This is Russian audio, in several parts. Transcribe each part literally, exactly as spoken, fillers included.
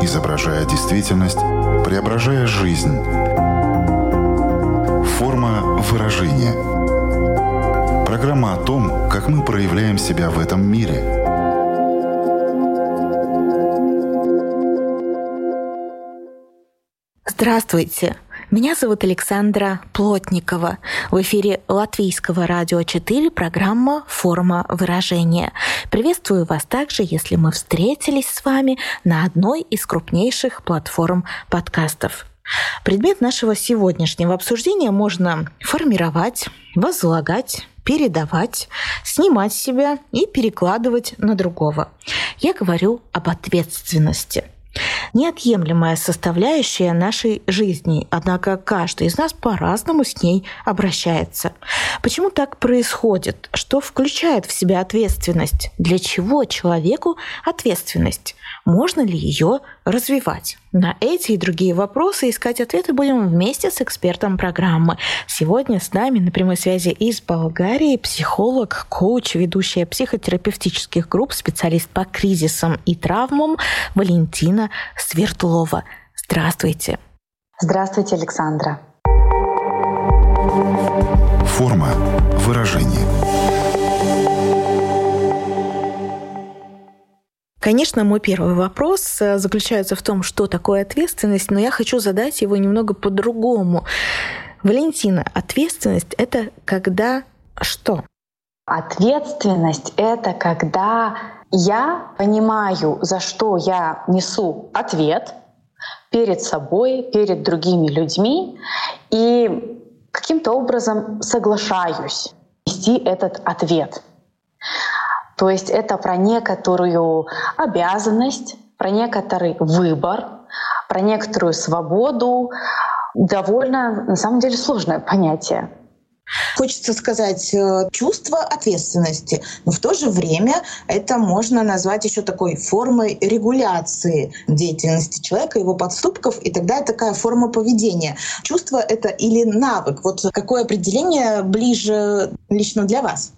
изображая действительность, преображая жизнь. Форма выражения. Программа о том, как мы проявляем себя в этом мире. Здравствуйте! Меня зовут Александра Плотникова. В эфире Латвийского радио четыре программа «Форма выражения». Приветствую вас также, если мы встретились с вами на одной из крупнейших платформ подкастов. Предмет нашего сегодняшнего обсуждения можно формировать, возлагать, передавать, снимать с себя и перекладывать на другого. Я говорю об ответственности. Неотъемлемая составляющая нашей жизни, однако каждый из нас по-разному с ней обращается. Почему так происходит? Что включает в себя ответственность? Для чего человеку ответственность? Можно ли ее развивать? На эти и другие вопросы искать ответы будем вместе с экспертом программы. Сегодня с нами на прямой связи из Болгарии психолог, коуч, ведущая психотерапевтических групп, специалист по кризисам и травмам Валентина Свердлова. Здравствуйте. Здравствуйте, Александра. Форма выражения. Конечно, мой первый вопрос заключается в том, что такое ответственность, но я хочу задать его немного по-другому. Валентина, ответственность — это когда что? Ответственность — это когда я понимаю, за что я несу ответ перед собой, перед другими людьми, и каким-то образом соглашаюсь нести этот ответ. То есть это про некоторую обязанность, про некоторый выбор, про некоторую свободу. Довольно, на самом деле, сложное понятие. Хочется сказать чувство ответственности, но в то же время это можно назвать еще такой формой регуляции деятельности человека, его поступков, и тогда такая форма поведения. Чувство — это или навык? Вот какое определение ближе лично для вас?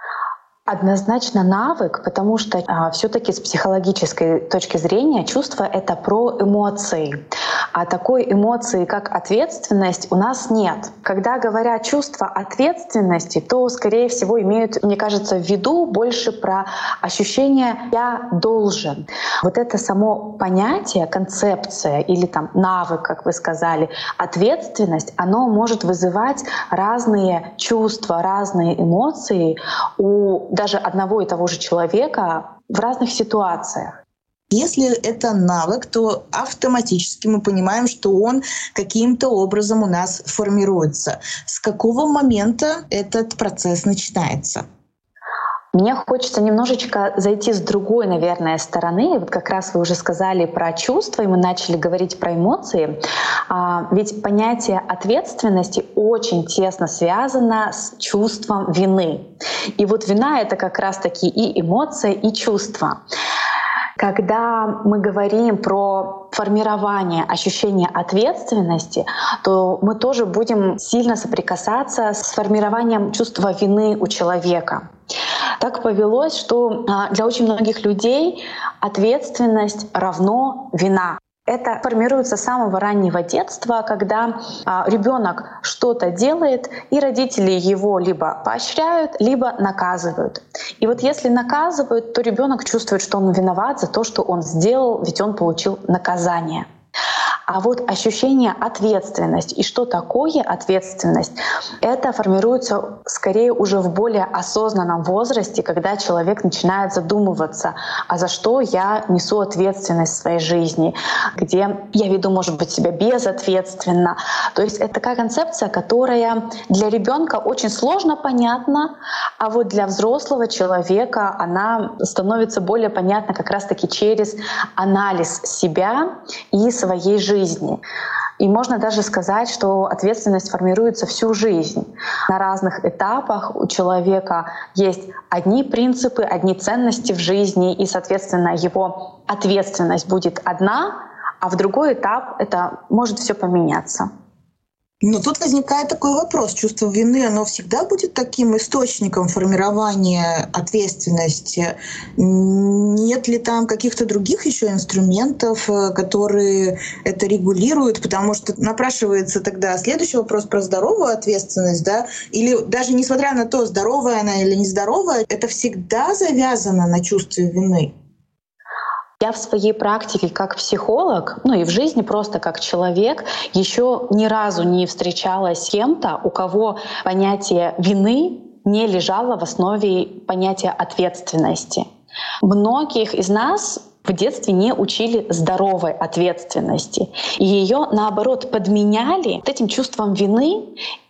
Однозначно навык, потому что а, все-таки с психологической точки зрения чувство — это про эмоции. А такой эмоции, как ответственность, у нас нет. Когда говорят чувство ответственности, то, скорее всего, имеют, мне кажется, в виду больше про ощущение «я должен». Вот это само понятие, концепция или там навык, как вы сказали, ответственность, оно может вызывать разные чувства, разные эмоции у даже одного и того же человека в разных ситуациях. Если это навык, то автоматически мы понимаем, что он каким-то образом у нас формируется. С какого момента этот процесс начинается? Мне хочется немножечко зайти с другой, наверное, стороны. Вот как раз вы уже сказали про чувства, и мы начали говорить про эмоции. А, ведь понятие ответственности очень тесно связано с чувством вины. И вот вина — это как раз-таки и эмоция, и чувство. Когда мы говорим про формирование ощущения ответственности, то мы тоже будем сильно соприкасаться с формированием чувства вины у человека. Так повелось, что для очень многих людей ответственность равно вина. Это формируется с самого раннего детства, когда а, ребенок что-то делает, и родители его либо поощряют, либо наказывают. И вот если наказывают, то ребенок чувствует, что он виноват за то, что он сделал, ведь он получил наказание. А вот ощущение ответственности и что такое ответственность, это формируется скорее уже в более осознанном возрасте, когда человек начинает задумываться, а за что я несу ответственность в своей жизни, где я веду, может быть, себя безответственно. То есть это такая концепция, которая для ребенка очень сложно понятна, а вот для взрослого человека она становится более понятна как раз-таки через анализ себя и своей жизни. И можно даже сказать, что ответственность формируется всю жизнь. На разных этапах у человека есть одни принципы, одни ценности в жизни, и, соответственно, его ответственность будет одна, а в другой этап это может все поменяться. Но тут возникает такой вопрос. Чувство вины, оно всегда будет таким источником формирования ответственности? Нет ли там каких-то других еще инструментов, которые это регулируют? Потому что напрашивается тогда следующий вопрос про здоровую ответственность, да? Или даже несмотря на то, здоровая она или нездоровая, это всегда завязано на чувстве вины? Я в своей практике как психолог, ну и в жизни просто как человек, еще ни разу не встречалась с кем-то, у кого понятие вины не лежало в основе понятия ответственности. Многих из нас в детстве не учили здоровой ответственности. И ее, наоборот, подменяли вот этим чувством вины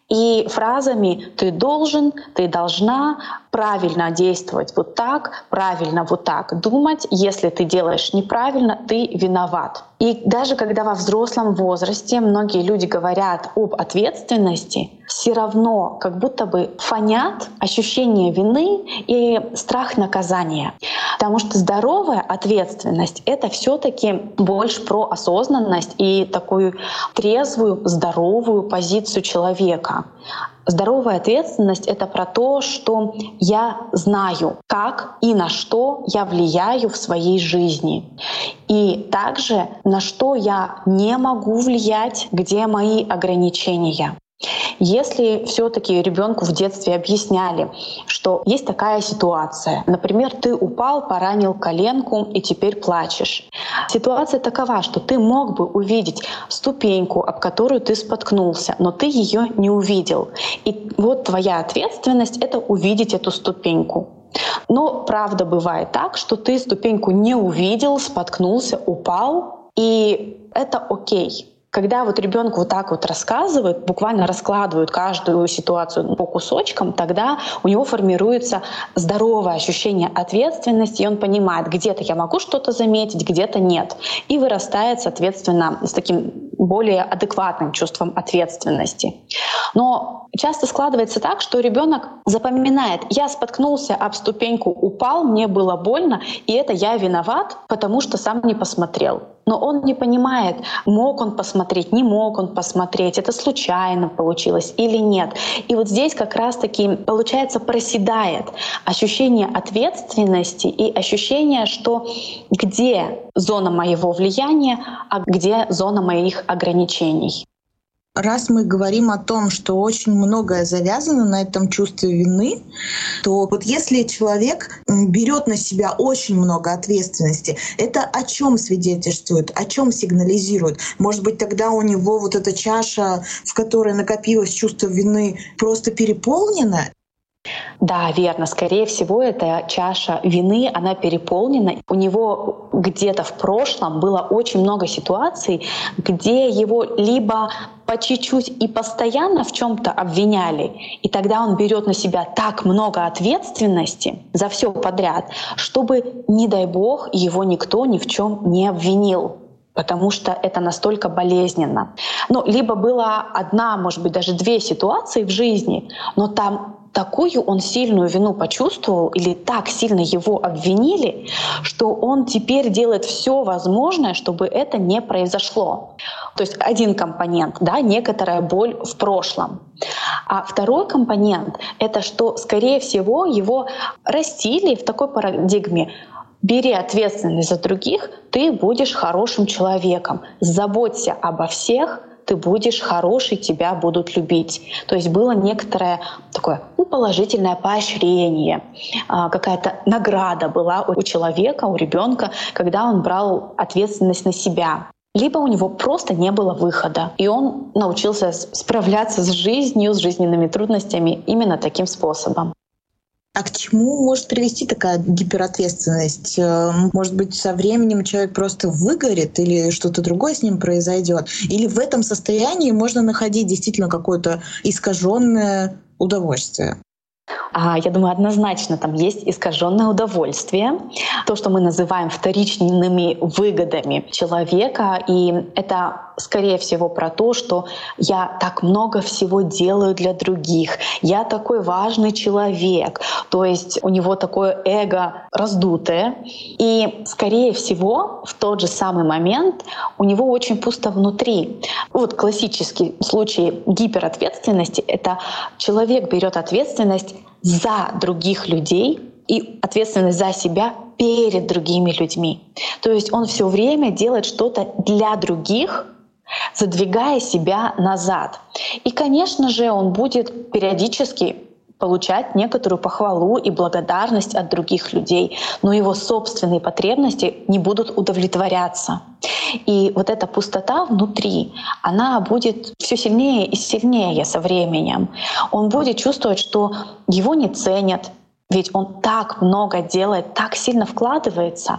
и фразами «ты должен», «ты должна», правильно действовать вот так, правильно вот так думать. Если ты делаешь неправильно, ты виноват. И даже когда во взрослом возрасте многие люди говорят об ответственности, все равно как будто бы фонят ощущение вины и страх наказания. Потому что здоровая ответственность — это все-таки больше про осознанность и такую трезвую, здоровую позицию человека. Здоровая ответственность — это про то, что я знаю, как и на что я влияю в своей жизни. И также на что я не могу влиять, где мои ограничения. Если все-таки ребенку в детстве объясняли, что есть такая ситуация, например, ты упал, поранил коленку и теперь плачешь. Ситуация такова, что ты мог бы увидеть ступеньку, об которую ты споткнулся, но ты ее не увидел. И вот твоя ответственность — это увидеть эту ступеньку. Но правда бывает так, что ты ступеньку не увидел, споткнулся, упал, и это окей. Когда вот ребенку вот так вот рассказывают, буквально раскладывают каждую ситуацию по кусочкам, тогда у него формируется здоровое ощущение ответственности, и он понимает, где-то я могу что-то заметить, где-то нет. И вырастает, соответственно, с таким более адекватным чувством ответственности. Но часто складывается так, что ребенок запоминает: я споткнулся об ступеньку, упал, мне было больно, и это я виноват, потому что сам не посмотрел. Но он не понимает, мог он посмотреть, не мог он посмотреть, это случайно получилось или нет. И вот здесь как раз-таки, получается, проседает ощущение ответственности и ощущение, что где зона моего влияния, а где зона моих ограничений. Раз мы говорим о том, что очень многое завязано на этом чувстве вины, то вот если человек берет на себя очень много ответственности, это о чем свидетельствует, о чем сигнализирует? Может быть, тогда у него вот эта чаша, в которой накопилось чувство вины, просто переполнена? Да, верно. Скорее всего, эта чаша вины, она переполнена. У него где-то в прошлом было очень много ситуаций, где его либо по чуть-чуть и постоянно в чем-то обвиняли, и тогда он берет на себя так много ответственности за все подряд, чтобы, не дай бог, его никто ни в чем не обвинил, потому что это настолько болезненно. Ну, либо была одна, может быть, даже две ситуации в жизни, но там такую он сильную вину почувствовал или так сильно его обвинили, что он теперь делает все возможное, чтобы это не произошло. То есть один компонент, да, некоторая боль в прошлом. А второй компонент — это что, скорее всего, его растили в такой парадигме: бери ответственность за других, ты будешь хорошим человеком, заботься обо всех, ты будешь хороший, тебя будут любить. То есть было некоторое такое ну, положительное поощрение, какая-то награда была у человека, у ребенка, когда он брал ответственность на себя. Либо у него просто не было выхода, и он научился справляться с жизнью, с жизненными трудностями именно таким способом. А к чему может привести такая гиперответственность? Может быть, со временем человек просто выгорит или что-то другое с ним произойдет? Или в этом состоянии можно находить действительно какое-то искаженное удовольствие? Я думаю, однозначно там есть искаженное удовольствие, то, что мы называем вторичными выгодами человека, и это скорее всего, про то, что я так много всего делаю для других, я такой важный человек, то есть у него такое эго раздутое. И, скорее всего, в тот же самый момент у него очень пусто внутри. Вот классический случай гиперответственности — это человек берет ответственность за других людей и ответственность за себя перед другими людьми. То есть он все время делает что-то для других, задвигая себя назад. И, конечно же, он будет периодически получать некоторую похвалу и благодарность от других людей, но его собственные потребности не будут удовлетворяться. И вот эта пустота внутри, она будет все сильнее и сильнее со временем. Он будет чувствовать, что его не ценят, ведь он так много делает, так сильно вкладывается,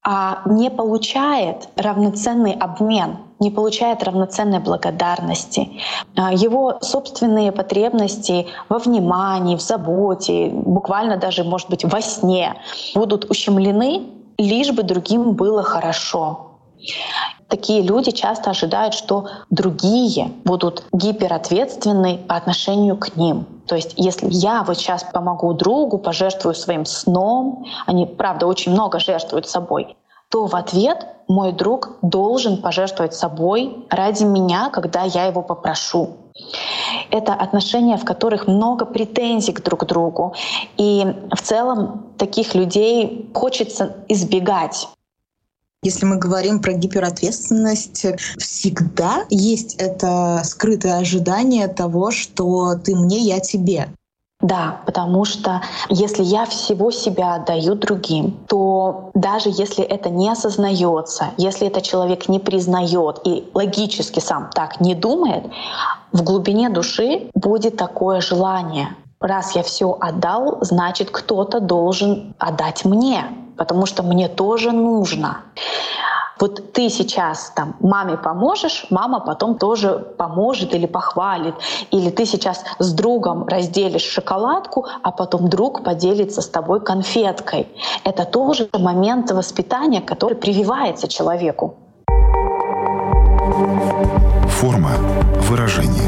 а не получает равноценный обмен, не получает равноценной благодарности. Его собственные потребности во внимании, в заботе, буквально даже, может быть, во сне будут ущемлены, лишь бы другим было хорошо. Такие люди часто ожидают, что другие будут гиперответственны по отношению к ним. То есть если я вот сейчас помогу другу, пожертвую своим сном, они, правда, очень много жертвуют собой, то в ответ мой друг должен пожертвовать собой ради меня, когда я его попрошу. Это отношения, в которых много претензий друг к другу. И в целом таких людей хочется избегать. Если мы говорим про гиперответственность, всегда есть это скрытое ожидание того, что ты мне, я тебе. Да, потому что если я всего себя отдаю другим, то даже если это не осознается, если этот человек не признает и логически сам так не думает, в глубине души будет такое желание. Раз я все отдал, значит, кто-то должен отдать мне, потому что мне тоже нужно. Вот ты сейчас там маме поможешь, мама потом тоже поможет или похвалит. Или ты сейчас с другом разделишь шоколадку, а потом друг поделится с тобой конфеткой. Это тоже момент воспитания, который прививается человеку. Форма выражения.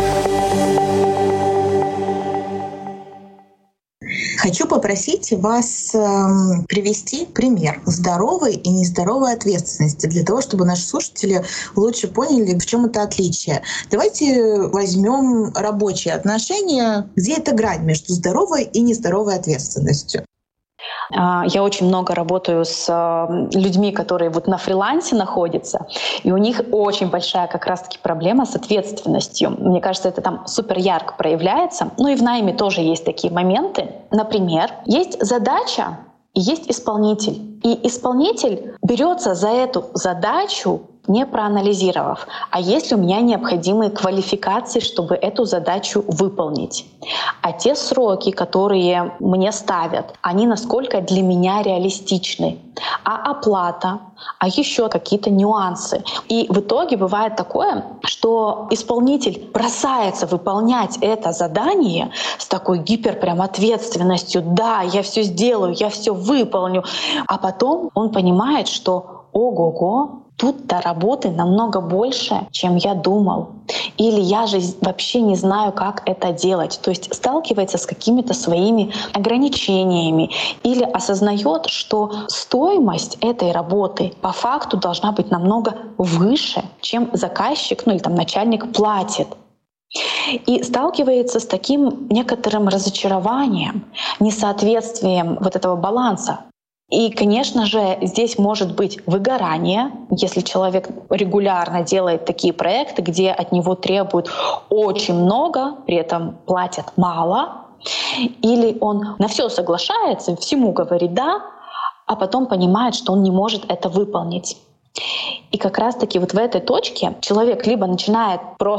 Хочу попросить вас э, привести пример здоровой и нездоровой ответственности для того, чтобы наши слушатели лучше поняли, в чем это отличие. Давайте возьмем рабочие отношения, где эта грань между здоровой и нездоровой ответственностью. Я очень много работаю с людьми, которые вот на фрилансе находятся, и у них очень большая как раз-таки проблема с ответственностью. Мне кажется, это там супер ярко проявляется. Ну и в найме тоже есть такие моменты. Например, есть задача и есть исполнитель. И исполнитель берется за эту задачу, не проанализировав, а есть ли у меня необходимые квалификации, чтобы эту задачу выполнить. А те сроки, которые мне ставят, они насколько для меня реалистичны. А оплата, а еще какие-то нюансы. И в итоге бывает такое, что исполнитель бросается выполнять это задание с такой гипер прям ответственностью. Да, я все сделаю, я все выполню. А потом он понимает, что ого-го, тут-то работы намного больше, чем я думал. Или я же вообще не знаю, как это делать. То есть сталкивается с какими-то своими ограничениями или осознает, что стоимость этой работы по факту должна быть намного выше, чем заказчик, ну или там начальник платит. И сталкивается с таким некоторым разочарованием, несоответствием вот этого баланса. И, конечно же, здесь может быть выгорание, если человек регулярно делает такие проекты, где от него требуют очень много, при этом платят мало, или он на все соглашается, всему говорит «да», а потом понимает, что он не может это выполнить. И как раз-таки вот в этой точке человек либо начинает просто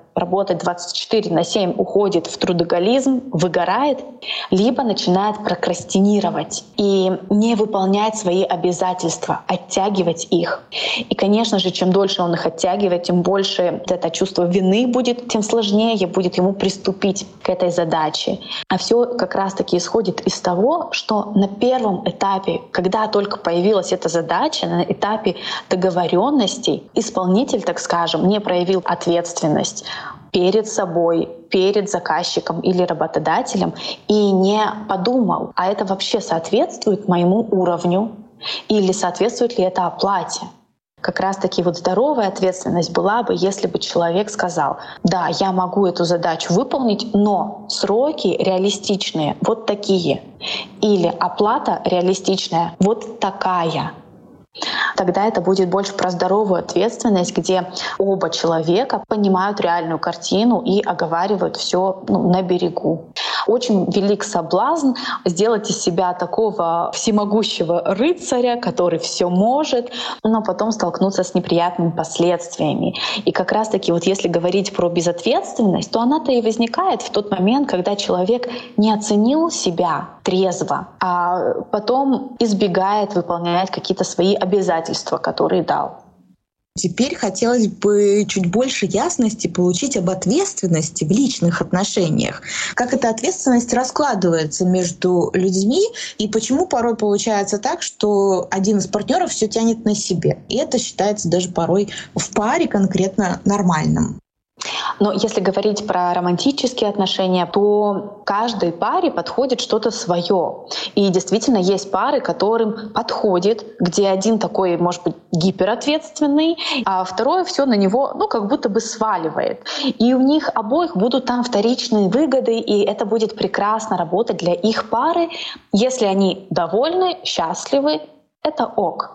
работать двадцать четыре на семь, уходит в трудоголизм, выгорает, либо начинает прокрастинировать и не выполнять свои обязательства, оттягивать их. И, конечно же, чем дольше он их оттягивает, тем больше это чувство вины будет, тем сложнее будет ему приступить к этой задаче. А все как раз-таки исходит из того, что на первом этапе, когда только появилась эта задача, на этапе договоренностей, исполнитель, так скажем, не проявил ответственность перед собой, перед заказчиком или работодателем и не подумал, а это вообще соответствует моему уровню или соответствует ли это оплате. Как раз-таки вот здоровая ответственность была бы, если бы человек сказал: да, я могу эту задачу выполнить, но сроки реалистичные вот такие, или оплата реалистичная вот такая. Тогда это будет больше про здоровую ответственность, где оба человека понимают реальную картину и оговаривают все ну, на берегу. Очень велик соблазн сделать из себя такого всемогущего рыцаря, который все может, но потом столкнуться с неприятными последствиями. И как раз-таки вот если говорить про безответственность, то она-то и возникает в тот момент, когда человек не оценил себя трезво, а потом избегает выполнять какие-то свои обязательства, которые дал. Теперь хотелось бы чуть больше ясности получить об ответственности в личных отношениях. Как эта ответственность раскладывается между людьми и почему порой получается так, что один из партнеров все тянет на себе. И это считается даже порой в паре конкретно нормальным. Но если говорить про романтические отношения, то каждой паре подходит что-то свое. И действительно есть пары, которым подходит, где один такой, может быть, гиперответственный, а второй все на него, ну, как будто бы сваливает. И у них обоих будут там вторичные выгоды, и это будет прекрасно работать для их пары. Если они довольны, счастливы, это ок.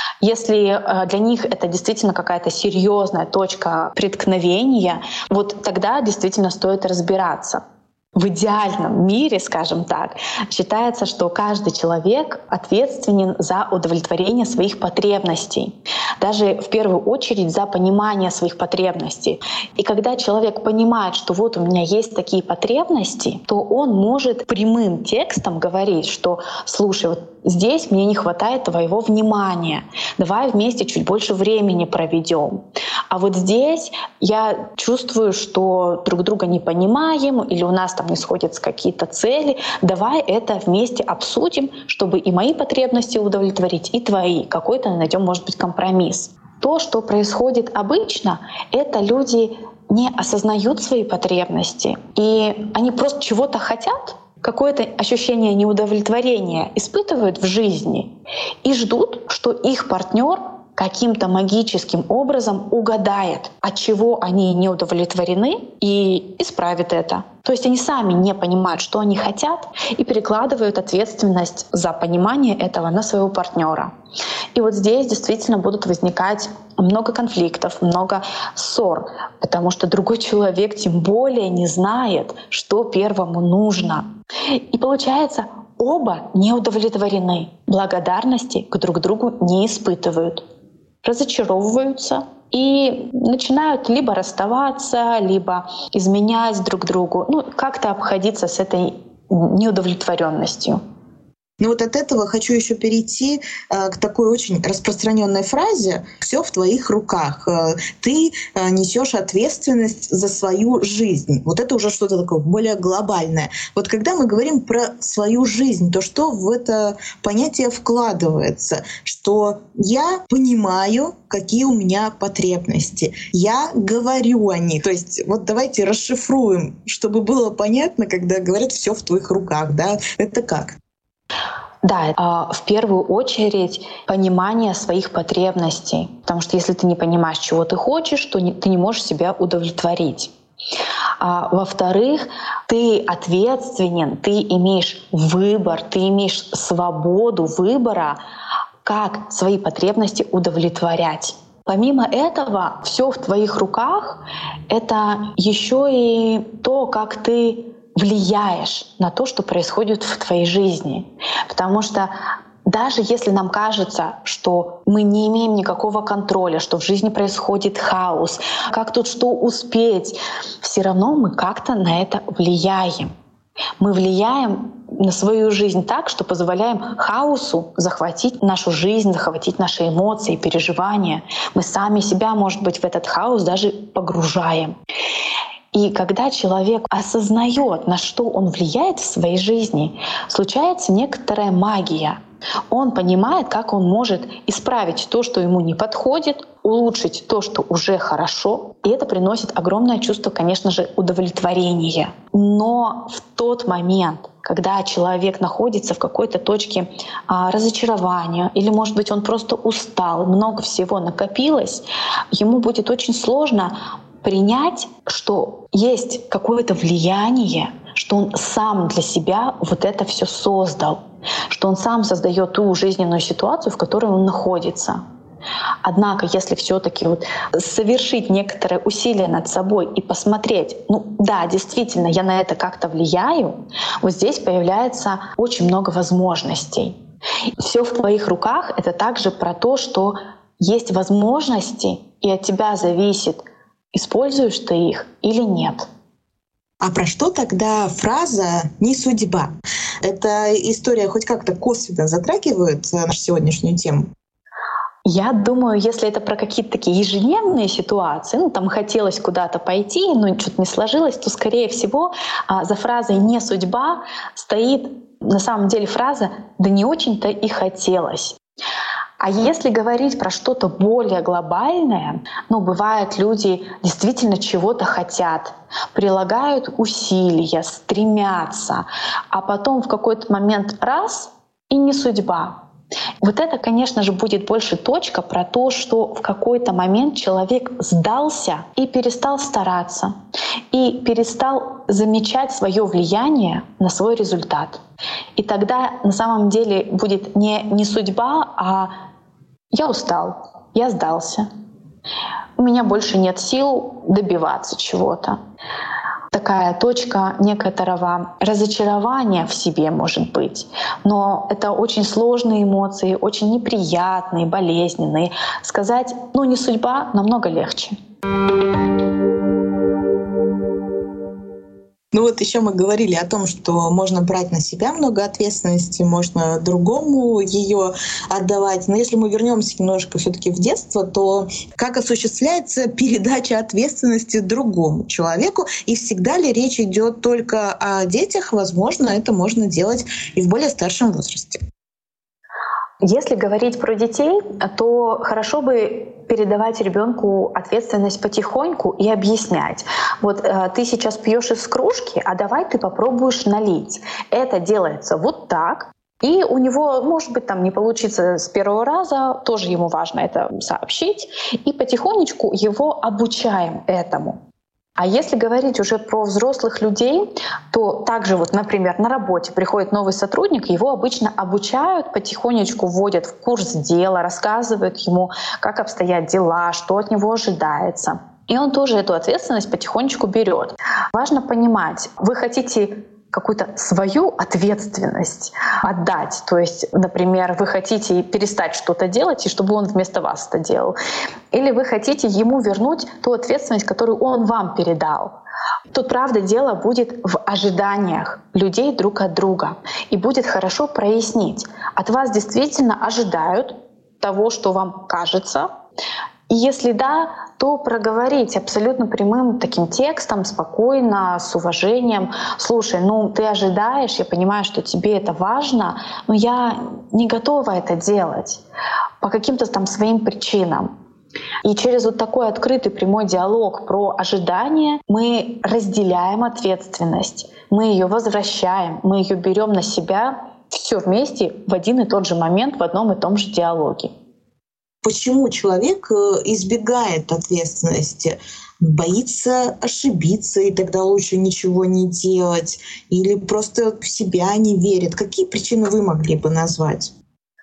Если для них это действительно какая-то серьезная точка преткновения, вот тогда действительно стоит разбираться. В идеальном мире, скажем так, считается, что каждый человек ответственен за удовлетворение своих потребностей, даже в первую очередь за понимание своих потребностей. И когда человек понимает, что вот у меня есть такие потребности, то он может прямым текстом говорить, что «слушай, вот здесь мне не хватает твоего внимания, давай вместе чуть больше времени проведем. А вот здесь я чувствую, что друг друга не понимаем или у нас там не сходятся какие-то цели, давай это вместе обсудим, чтобы и мои потребности удовлетворить, и твои. Какой-то найдем, может быть, компромисс». То, что происходит обычно, это люди не осознают свои потребности, и они просто чего-то хотят, какое-то ощущение неудовлетворения испытывают в жизни и ждут, что их партнер каким-то магическим образом угадает, от чего они не удовлетворены, и исправит это. То есть они сами не понимают, что они хотят, и перекладывают ответственность за понимание этого на своего партнера. И вот здесь действительно будут возникать много конфликтов, много ссор, потому что другой человек тем более не знает, что первому нужно. И получается, оба не удовлетворены, благодарности к друг другу не испытывают, разочаровываются и начинают либо расставаться, либо изменять друг другу, ну, как-то обходиться с этой неудовлетворенностью. Но вот от этого хочу еще перейти э, к такой очень распространенной фразе: «Все в твоих руках». Э, ты э, несешь ответственность за свою жизнь. Вот это уже что-то такое более глобальное. Вот когда мы говорим про свою жизнь, то что в это понятие вкладывается? Что я понимаю, какие у меня потребности. Я говорю о них. То есть вот давайте расшифруем, чтобы было понятно, когда говорят «все в твоих руках». Да? Это как? Да, в первую очередь понимание своих потребностей. Потому что если ты не понимаешь, чего ты хочешь, то ты не можешь себя удовлетворить. А, во-вторых, ты ответственен, ты имеешь выбор, ты имеешь свободу выбора, как свои потребности удовлетворять. Помимо этого, все в твоих руках — это еще и то, как ты влияешь на то, что происходит в твоей жизни. Потому что даже если нам кажется, что мы не имеем никакого контроля, что в жизни происходит хаос, как тут что успеть, все равно мы как-то на это влияем. Мы влияем на свою жизнь так, что позволяем хаосу захватить нашу жизнь, захватить наши эмоции, переживания. Мы сами себя, может быть, в этот хаос даже погружаем. И когда человек осознает, на что он влияет в своей жизни, случается некоторая магия. Он понимает, как он может исправить то, что ему не подходит, улучшить то, что уже хорошо. И это приносит огромное чувство, конечно же, удовлетворения. Но в тот момент, когда человек находится в какой-то точке а, разочарования, или, может быть, он просто устал, много всего накопилось, ему будет очень сложно принять, что есть какое-то влияние, что он сам для себя вот это все создал, что он сам создает ту жизненную ситуацию, в которой он находится. Однако, если все-таки вот совершить некоторое усилие над собой и посмотреть, ну да, действительно, я на это как-то влияю, вот здесь появляется очень много возможностей. Все в твоих руках — это также про то, что есть возможности, и от тебя зависит, используешь ты их или нет. А про что тогда фраза «не судьба»? Эта история хоть как-то косвенно затрагивает нашу сегодняшнюю тему? Я думаю, если это про какие-то такие ежедневные ситуации, ну там хотелось куда-то пойти, но что-то не сложилось, то, скорее всего, за фразой «не судьба» стоит на самом деле фраза «да не очень-то и хотелось». А если говорить про что-то более глобальное, ну, бывает, люди действительно чего-то хотят, прилагают усилия, стремятся, а потом в какой-то момент раз — и не судьба. Вот это, конечно же, будет больше точка про то, что в какой-то момент человек сдался и перестал стараться, и перестал замечать свое влияние на свой результат. И тогда на самом деле будет не, не судьба, а «я устал, я сдался, у меня больше нет сил добиваться чего-то». Такая точка некоторого разочарования в себе может быть. Но это очень сложные эмоции, очень неприятные, болезненные. Сказать «ну не судьба» намного легче. Ну вот еще мы говорили о том, что можно брать на себя много ответственности, можно другому ее отдавать. Но если мы вернемся немножко все-таки в детство, то как осуществляется передача ответственности другому человеку? И всегда ли речь идет только о детях? Возможно, это можно делать и в более старшем возрасте. Если говорить про детей, то хорошо бы передавать ребенку ответственность потихоньку и объяснять. Вот э, ты сейчас пьешь из кружки, а давай ты попробуешь налить. Это делается вот так. И у него, может быть, там не получится с первого раза, тоже ему важно это сообщить. И потихонечку его обучаем этому. А если говорить уже про взрослых людей, то также вот, например, на работе приходит новый сотрудник, его обычно обучают, потихонечку вводят в курс дела, рассказывают ему, как обстоят дела, что от него ожидается. И он тоже эту ответственность потихонечку берет. Важно понимать, вы хотите какую-то свою ответственность отдать. То есть, например, вы хотите перестать что-то делать, и чтобы он вместо вас это делал. Или вы хотите ему вернуть ту ответственность, которую он вам передал. Тут, правда, дело будет в ожиданиях людей друг от друга. И будет хорошо прояснить. От вас действительно ожидают того, что вам кажется. И если да, то проговорить абсолютно прямым таким текстом, спокойно, с уважением. Слушай, ну ты ожидаешь, я понимаю, что тебе это важно, но я не готова это делать по каким-то там своим причинам. И через вот такой открытый прямой диалог про ожидания мы разделяем ответственность, мы ее возвращаем, мы ее берем на себя все вместе в один и тот же момент в одном и том же диалоге. Почему человек избегает ответственности? Боится ошибиться, и тогда лучше ничего не делать? Или просто в себя не верит? Какие причины вы могли бы назвать?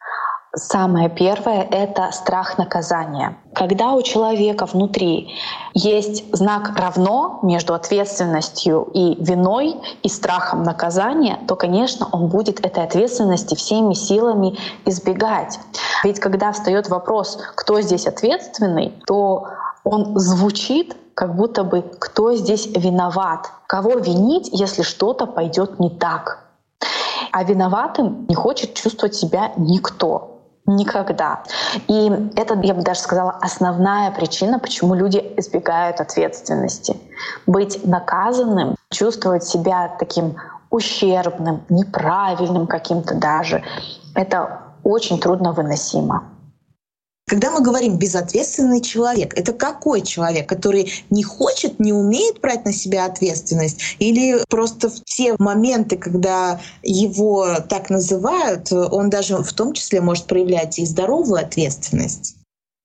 Самое первое — это страх наказания. Когда у человека внутри есть знак равно между ответственностью и виной, и страхом наказания, то, конечно, он будет этой ответственности всеми силами избегать. Ведь когда встает вопрос, кто здесь ответственный, то он звучит как будто бы «кто здесь виноват?», кого винить, если что-то пойдет не так. А виноватым не хочет чувствовать себя никто. Никогда. И это, я бы даже сказала, основная причина, почему люди избегают ответственности. Быть наказанным, чувствовать себя таким ущербным, неправильным каким-то даже, это очень трудно выносимо. Когда мы говорим «безответственный человек», это какой человек, который не хочет, не умеет брать на себя ответственность? Или просто в те моменты, когда его так называют, он даже в том числе может проявлять и здоровую ответственность?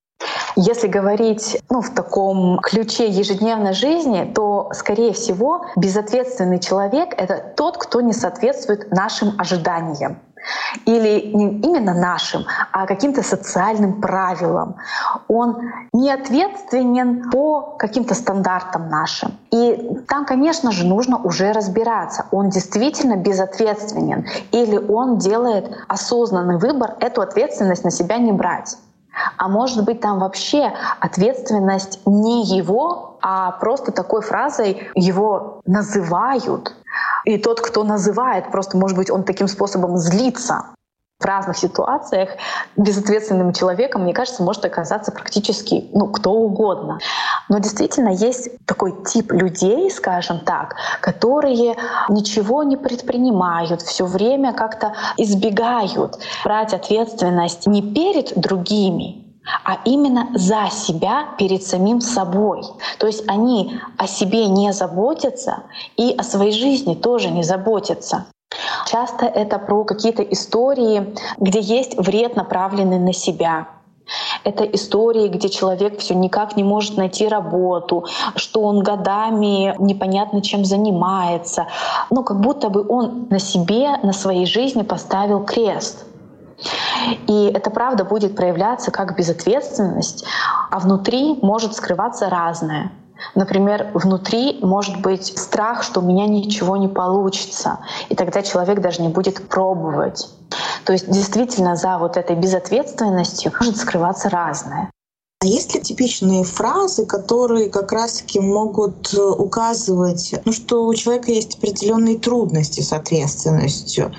Если говорить ну, в таком ключе ежедневной жизни, то, скорее всего, безответственный человек — это тот, кто не соответствует нашим ожиданиям. Или не именно нашим, а каким-то социальным правилам. Он не ответственен по каким-то стандартам нашим. И там, конечно же, нужно уже разбираться, он действительно безответственен или он делает осознанный выбор эту ответственность на себя не брать. А может быть, там вообще ответственность не его, а просто такой фразой его называют. И тот, кто называет, просто, может быть, он таким способом злится. В разных ситуациях безответственным человеком, мне кажется, может оказаться практически ну, кто угодно. Но действительно есть такой тип людей, скажем так, которые ничего не предпринимают, все время как-то избегают брать ответственность не перед другими, а именно за себя перед самим собой. То есть они о себе не заботятся и о своей жизни тоже не заботятся. Часто это про какие-то истории, где есть вред, направленный на себя. Это истории, где человек все никак не может найти работу, что он годами непонятно чем занимается. Ну, как будто бы он на себе, на своей жизни поставил крест. И это правда будет проявляться как безответственность, а внутри может скрываться разное. Например, внутри может быть страх, что у меня ничего не получится, и тогда человек даже не будет пробовать. То есть действительно за вот этой безответственностью может скрываться разное. А есть ли типичные фразы, которые как раз-таки могут указывать, ну, что у человека есть определенные трудности с ответственностью?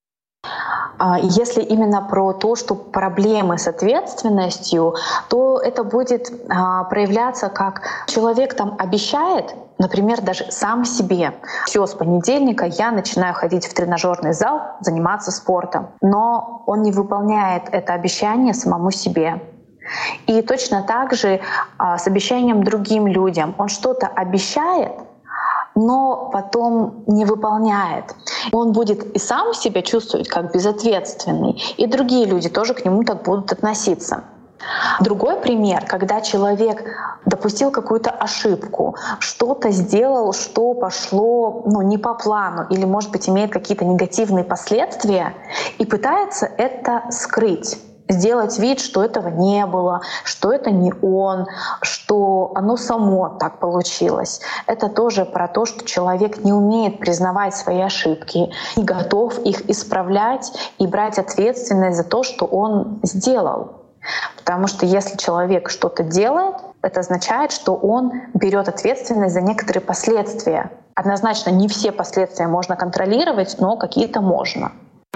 Если именно про то, что проблемы с ответственностью, то это будет проявляться как человек там обещает, например, даже сам себе: все, с понедельника я начинаю ходить в тренажерный зал, заниматься спортом. Но он не выполняет это обещание самому себе. И точно так же с обещанием другим людям. Он что-то обещает, но потом не выполняет. Он будет и сам себя чувствовать как безответственный, и другие люди тоже к нему так будут относиться. Другой пример, когда человек допустил какую-то ошибку, что-то сделал, что пошло ну, не по плану или, может быть, имеет какие-то негативные последствия, и пытается это скрыть. Сделать вид, что этого не было, что это не он, что оно само так получилось. Это тоже про то, что человек не умеет признавать свои ошибки, не готов их исправлять и брать ответственность за то, что он сделал. Потому что если человек что-то делает, это означает, что он берет ответственность за некоторые последствия. Однозначно не все последствия можно контролировать, но какие-то можно.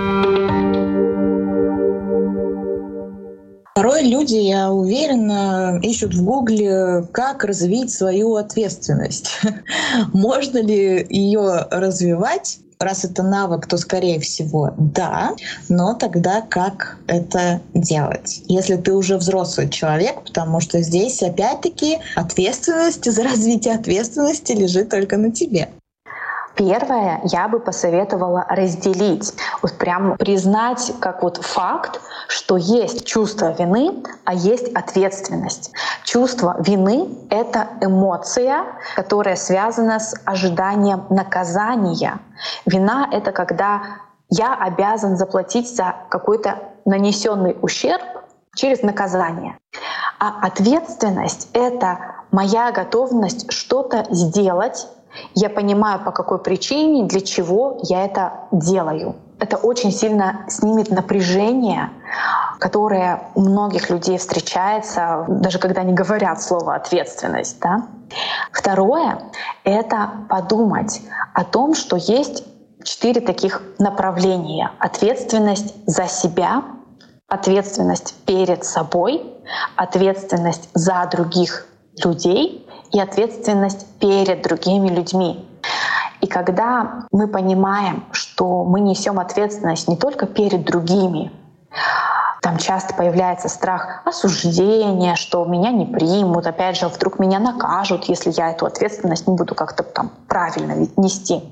Порой люди, я уверена, ищут в Гугле, как развить свою ответственность. Можно ли ее развивать? Раз это навык, то, скорее всего, да. Но тогда как это делать? Если ты уже взрослый человек, потому что здесь, опять-таки, ответственность за развитие ответственности лежит только на тебе. Первое, я бы посоветовала разделить, вот прям признать как вот факт, что есть чувство вины, а есть ответственность. Чувство вины — это эмоция, которая связана с ожиданием наказания. Вина — это когда я обязан заплатить за какой-то нанесенный ущерб через наказание. А ответственность — это моя готовность что-то сделать. Я понимаю, по какой причине, для чего я это делаю. Это очень сильно снимет напряжение, которое у многих людей встречается, даже когда они говорят слово «ответственность». Да? Второе — это подумать о том, что есть четыре таких направления. Ответственность за себя, ответственность перед собой, ответственность за других людей и ответственность перед другими людьми. И когда мы понимаем, что мы несем ответственность не только перед другими, там часто появляется страх осуждения, что меня не примут, опять же, вдруг меня накажут, если я эту ответственность не буду как-то там правильно нести.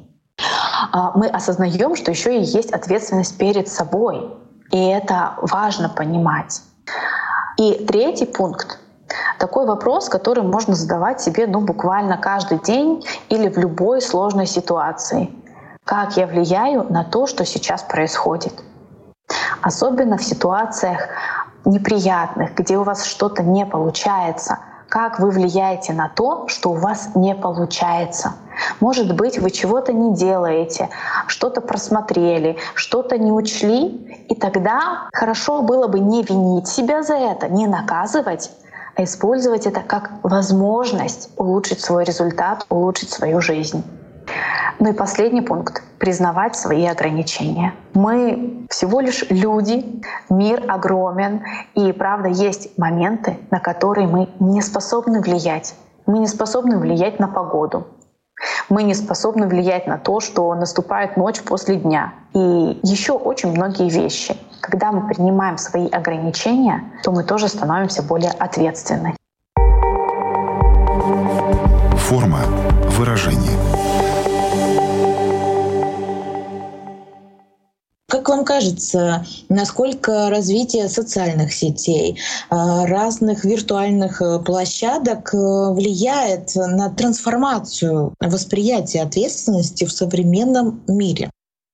Мы осознаем, что еще и есть ответственность перед собой. И это важно понимать. И третий пункт — такой вопрос, который можно задавать себе ну, буквально каждый день или в любой сложной ситуации. Как я влияю на то, что сейчас происходит? Особенно в ситуациях неприятных, где у вас что-то не получается. Как вы влияете на то, что у вас не получается? Может быть, вы чего-то не делаете, что-то просмотрели, что-то не учли, и тогда хорошо было бы не винить себя за это, не наказывать, а использовать это как возможность улучшить свой результат, улучшить свою жизнь. Ну и последний пункт — признавать свои ограничения. Мы всего лишь люди, мир огромен, и правда есть моменты, на которые мы не способны влиять. Мы не способны влиять на погоду. Мы не способны влиять на то, что наступает ночь после дня. И еще очень многие вещи. Когда мы принимаем свои ограничения, то мы тоже становимся более ответственны. Форма выражения. Как вам кажется, насколько развитие социальных сетей, разных виртуальных площадок влияет на трансформацию восприятия ответственности в современном мире?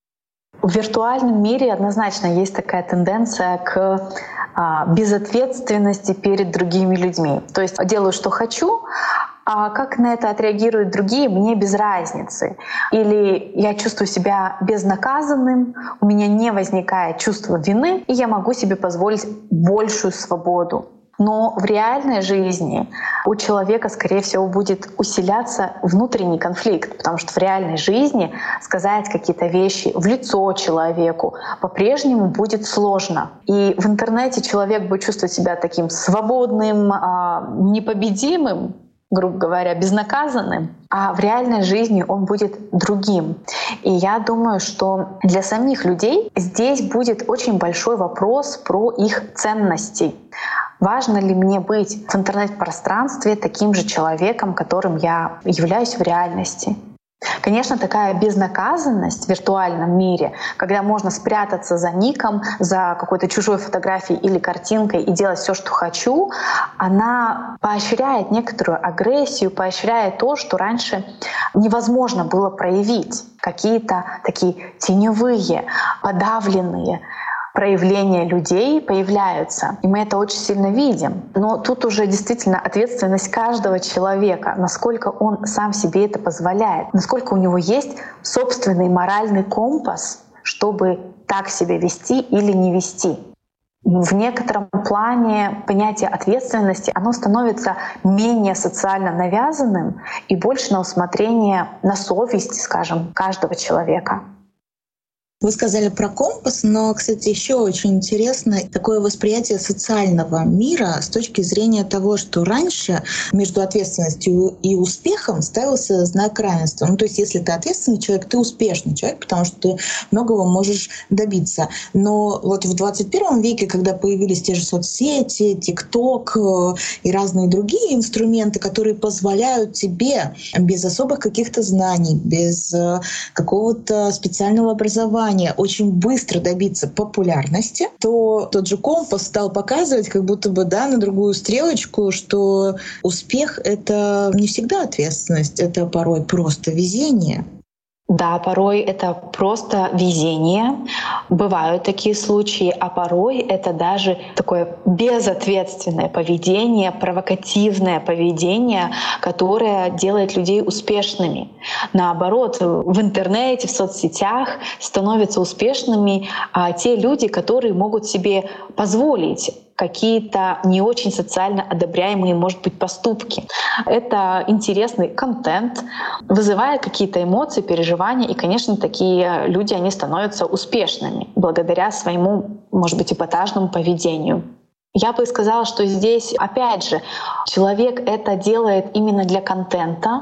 В виртуальном мире однозначно есть такая тенденция к безответственности перед другими людьми. То есть делаю, что хочу, а как на это отреагируют другие, мне без разницы. Или я чувствую себя безнаказанным, у меня не возникает чувства вины, и я могу себе позволить большую свободу. Но в реальной жизни у человека, скорее всего, будет усиляться внутренний конфликт, потому что в реальной жизни сказать какие-то вещи в лицо человеку по-прежнему будет сложно. И в интернете человек будет чувствовать себя таким свободным, непобедимым, грубо говоря, безнаказанным, а в реальной жизни он будет другим. И я думаю, что для самих людей здесь будет очень большой вопрос про их ценности. Важно ли мне быть в интернет-пространстве таким же человеком, которым я являюсь в реальности? Конечно, такая безнаказанность в виртуальном мире, когда можно спрятаться за ником, за какой-то чужой фотографией или картинкой и делать все, что хочу, она поощряет некоторую агрессию, поощряет то, что раньше невозможно было проявить. Какие-то такие теневые, подавленные проявления людей появляются, и мы это очень сильно видим. Но тут уже действительно ответственность каждого человека, насколько он сам себе это позволяет, насколько у него есть собственный моральный компас, чтобы так себя вести или не вести. В некотором плане понятие ответственности, оно становится менее социально навязанным и больше на усмотрение, на совесть, скажем, каждого человека. Вы сказали про компас, но, кстати, еще очень интересно такое восприятие социального мира с точки зрения того, что раньше между ответственностью и успехом ставился знак равенства. Ну, то есть, если ты ответственный человек, ты успешный человек, потому что ты многого можешь добиться. Но вот в двадцать первом веке, когда появились те же соцсети, ТикТок и разные другие инструменты, которые позволяют тебе без особых каких-то знаний, без какого-то специального образования очень быстро добиться популярности, то тот же компас стал показывать как будто бы да, на другую стрелочку, что успех — это не всегда ответственность, это порой просто везение. Да, порой это просто везение. Бывают такие случаи, а порой это даже такое безответственное поведение, провокативное поведение, которое делает людей успешными. Наоборот, в интернете, в соцсетях становятся успешными а, те люди, которые могут себе позволить какие-то не очень социально одобряемые, может быть, поступки. Это интересный контент, вызывает какие-то эмоции, переживания, и, конечно, такие люди, они становятся успешными благодаря своему, может быть, эпатажному поведению. Я бы сказала, что здесь, опять же, человек это делает именно для контента.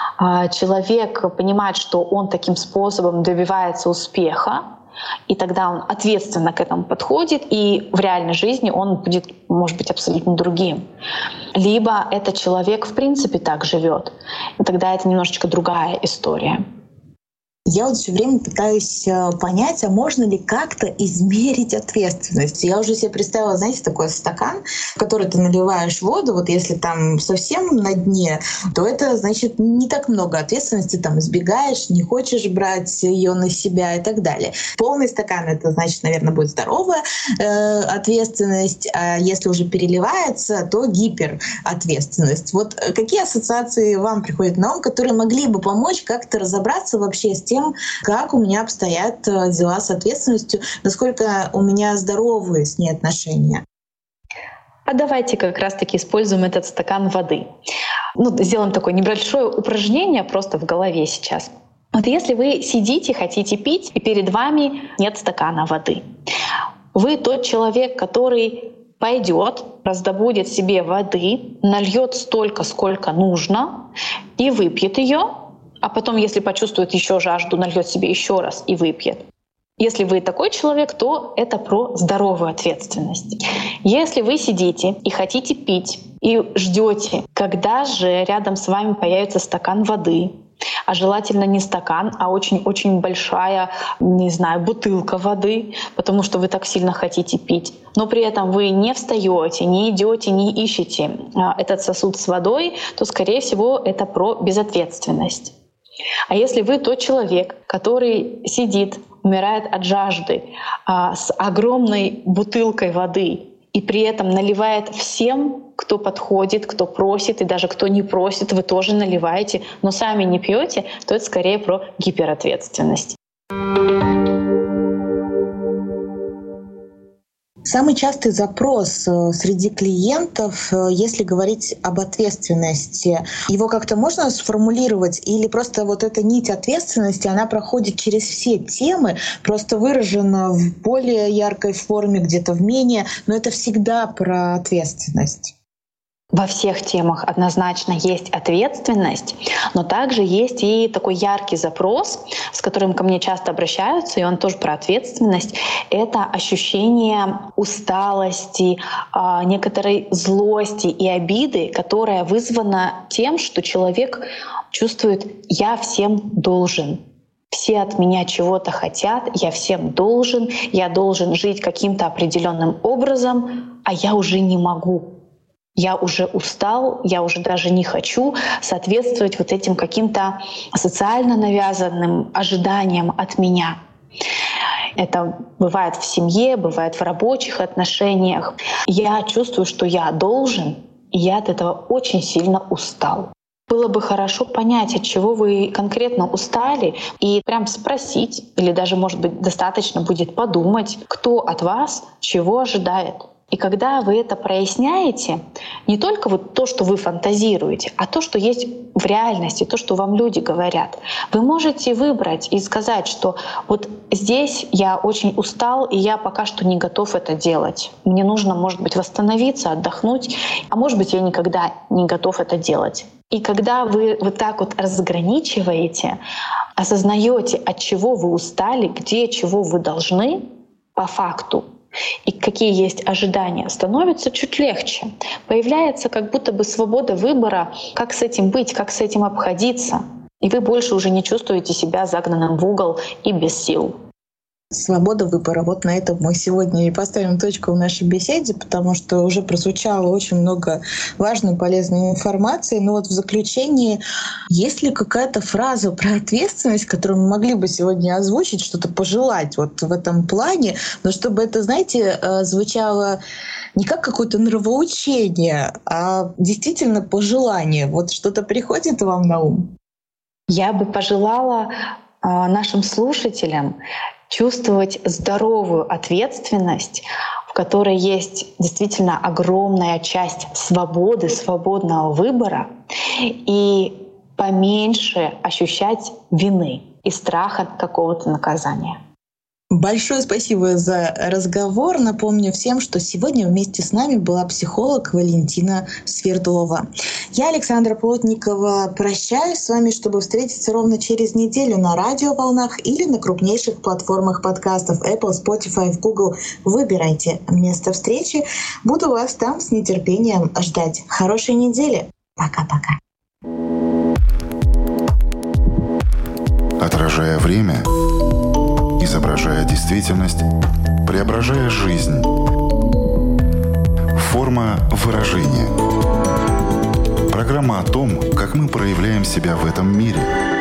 Человек понимает, что он таким способом добивается успеха, и тогда он ответственно к этому подходит, и в реальной жизни он будет, может быть, абсолютно другим. Либо этот человек в принципе так живет, и тогда это немножечко другая история. Я вот все время пытаюсь понять, а можно ли как-то измерить ответственность. Я уже себе представила, знаете, такой стакан, в который ты наливаешь воду. Вот если там совсем на дне, то это значит не так много ответственности. Там избегаешь, не хочешь брать ее на себя и так далее. Полный стакан — это значит, наверное, будет здоровая э, ответственность. А если уже переливается, то гиперответственность. Вот какие ассоциации вам приходят на ум, которые могли бы помочь как-то разобраться вообще с тем, как у меня обстоят дела с ответственностью, насколько у меня здоровые с ней отношения? А давайте как раз-таки используем этот стакан воды. Ну, сделаем такое небольшое упражнение просто в голове сейчас. Вот если вы сидите, хотите пить, и перед вами нет стакана воды, вы тот человек, который пойдет, раздобудет себе воды, нальет столько, сколько нужно, и выпьет ее. А потом, если почувствует еще жажду, нальет себе еще раз и выпьет. Если вы такой человек, то это про здоровую ответственность. Если вы сидите и хотите пить, и ждете, когда же рядом с вами появится стакан воды, а желательно не стакан, а очень-очень большая, не знаю, бутылка воды, потому что вы так сильно хотите пить. Но при этом вы не встаете, не идете, не ищете этот сосуд с водой, то, скорее всего, это про безответственность. А если вы тот человек, который сидит, умирает от жажды а, с огромной бутылкой воды и при этом наливает всем, кто подходит, кто просит, и даже кто не просит, вы тоже наливаете, но сами не пьете, то это скорее про гиперответственность. Самый частый запрос среди клиентов, если говорить об ответственности, его как-то можно сформулировать или просто вот эта нить ответственности, она проходит через все темы, просто выражена в более яркой форме, где-то в менее, но это всегда про ответственность? Во всех темах однозначно есть ответственность, но также есть и такой яркий запрос, с которым ко мне часто обращаются, и он тоже про ответственность. Это ощущение усталости, некоторой злости и обиды, которая вызвана тем, что человек чувствует «я всем должен». Все от меня чего-то хотят, я всем должен, я должен жить каким-то определенным образом, а я уже не могу. Я уже устал, я уже даже не хочу соответствовать вот этим каким-то социально навязанным ожиданиям от меня. Это бывает в семье, бывает в рабочих отношениях. Я чувствую, что я должен, и я от этого очень сильно устал. Было бы хорошо понять, от чего вы конкретно устали, и прям спросить, или даже, может быть, достаточно будет подумать, кто от вас чего ожидает. И когда вы это проясняете, не только вот то, что вы фантазируете, а то, что есть в реальности, то, что вам люди говорят, вы можете выбрать и сказать, что вот здесь я очень устал, и я пока что не готов это делать. Мне нужно, может быть, восстановиться, отдохнуть, а может быть, я никогда не готов это делать. И когда вы вот так вот разграничиваете, осознаете, от чего вы устали, где чего вы должны по факту, и какие есть ожидания, становится чуть легче. Появляется как будто бы свобода выбора, как с этим быть, как с этим обходиться. И вы больше уже не чувствуете себя загнанным в угол и без сил. Свобода выбора. Вот на этом мы сегодня и поставим точку в нашей беседе, потому что уже прозвучало очень много важной и полезной информации. Но вот в заключении, есть ли какая-то фраза про ответственность, которую мы могли бы сегодня озвучить, что-то пожелать вот в этом плане, но чтобы это, знаете, звучало не как какое-то нравоучение, а действительно пожелание. Вот что-то приходит вам на ум? Я бы пожелала нашим слушателям чувствовать здоровую ответственность, в которой есть действительно огромная часть свободы, свободного выбора, и поменьше ощущать вины и страха какого-то наказания. Большое спасибо за разговор. Напомню всем, что сегодня вместе с нами была психолог Валентина Свердлова. Я, Александра Плотникова, прощаюсь с вами, чтобы встретиться ровно через неделю на радиоволнах или на крупнейших платформах подкастов Apple, Spotify, Google. Выбирайте место встречи. Буду вас там с нетерпением ждать. Хорошей недели. Пока-пока. Отражая время, изображая действительность, преображая жизнь. Форма выражения. Программа о том, как мы проявляем себя в этом мире –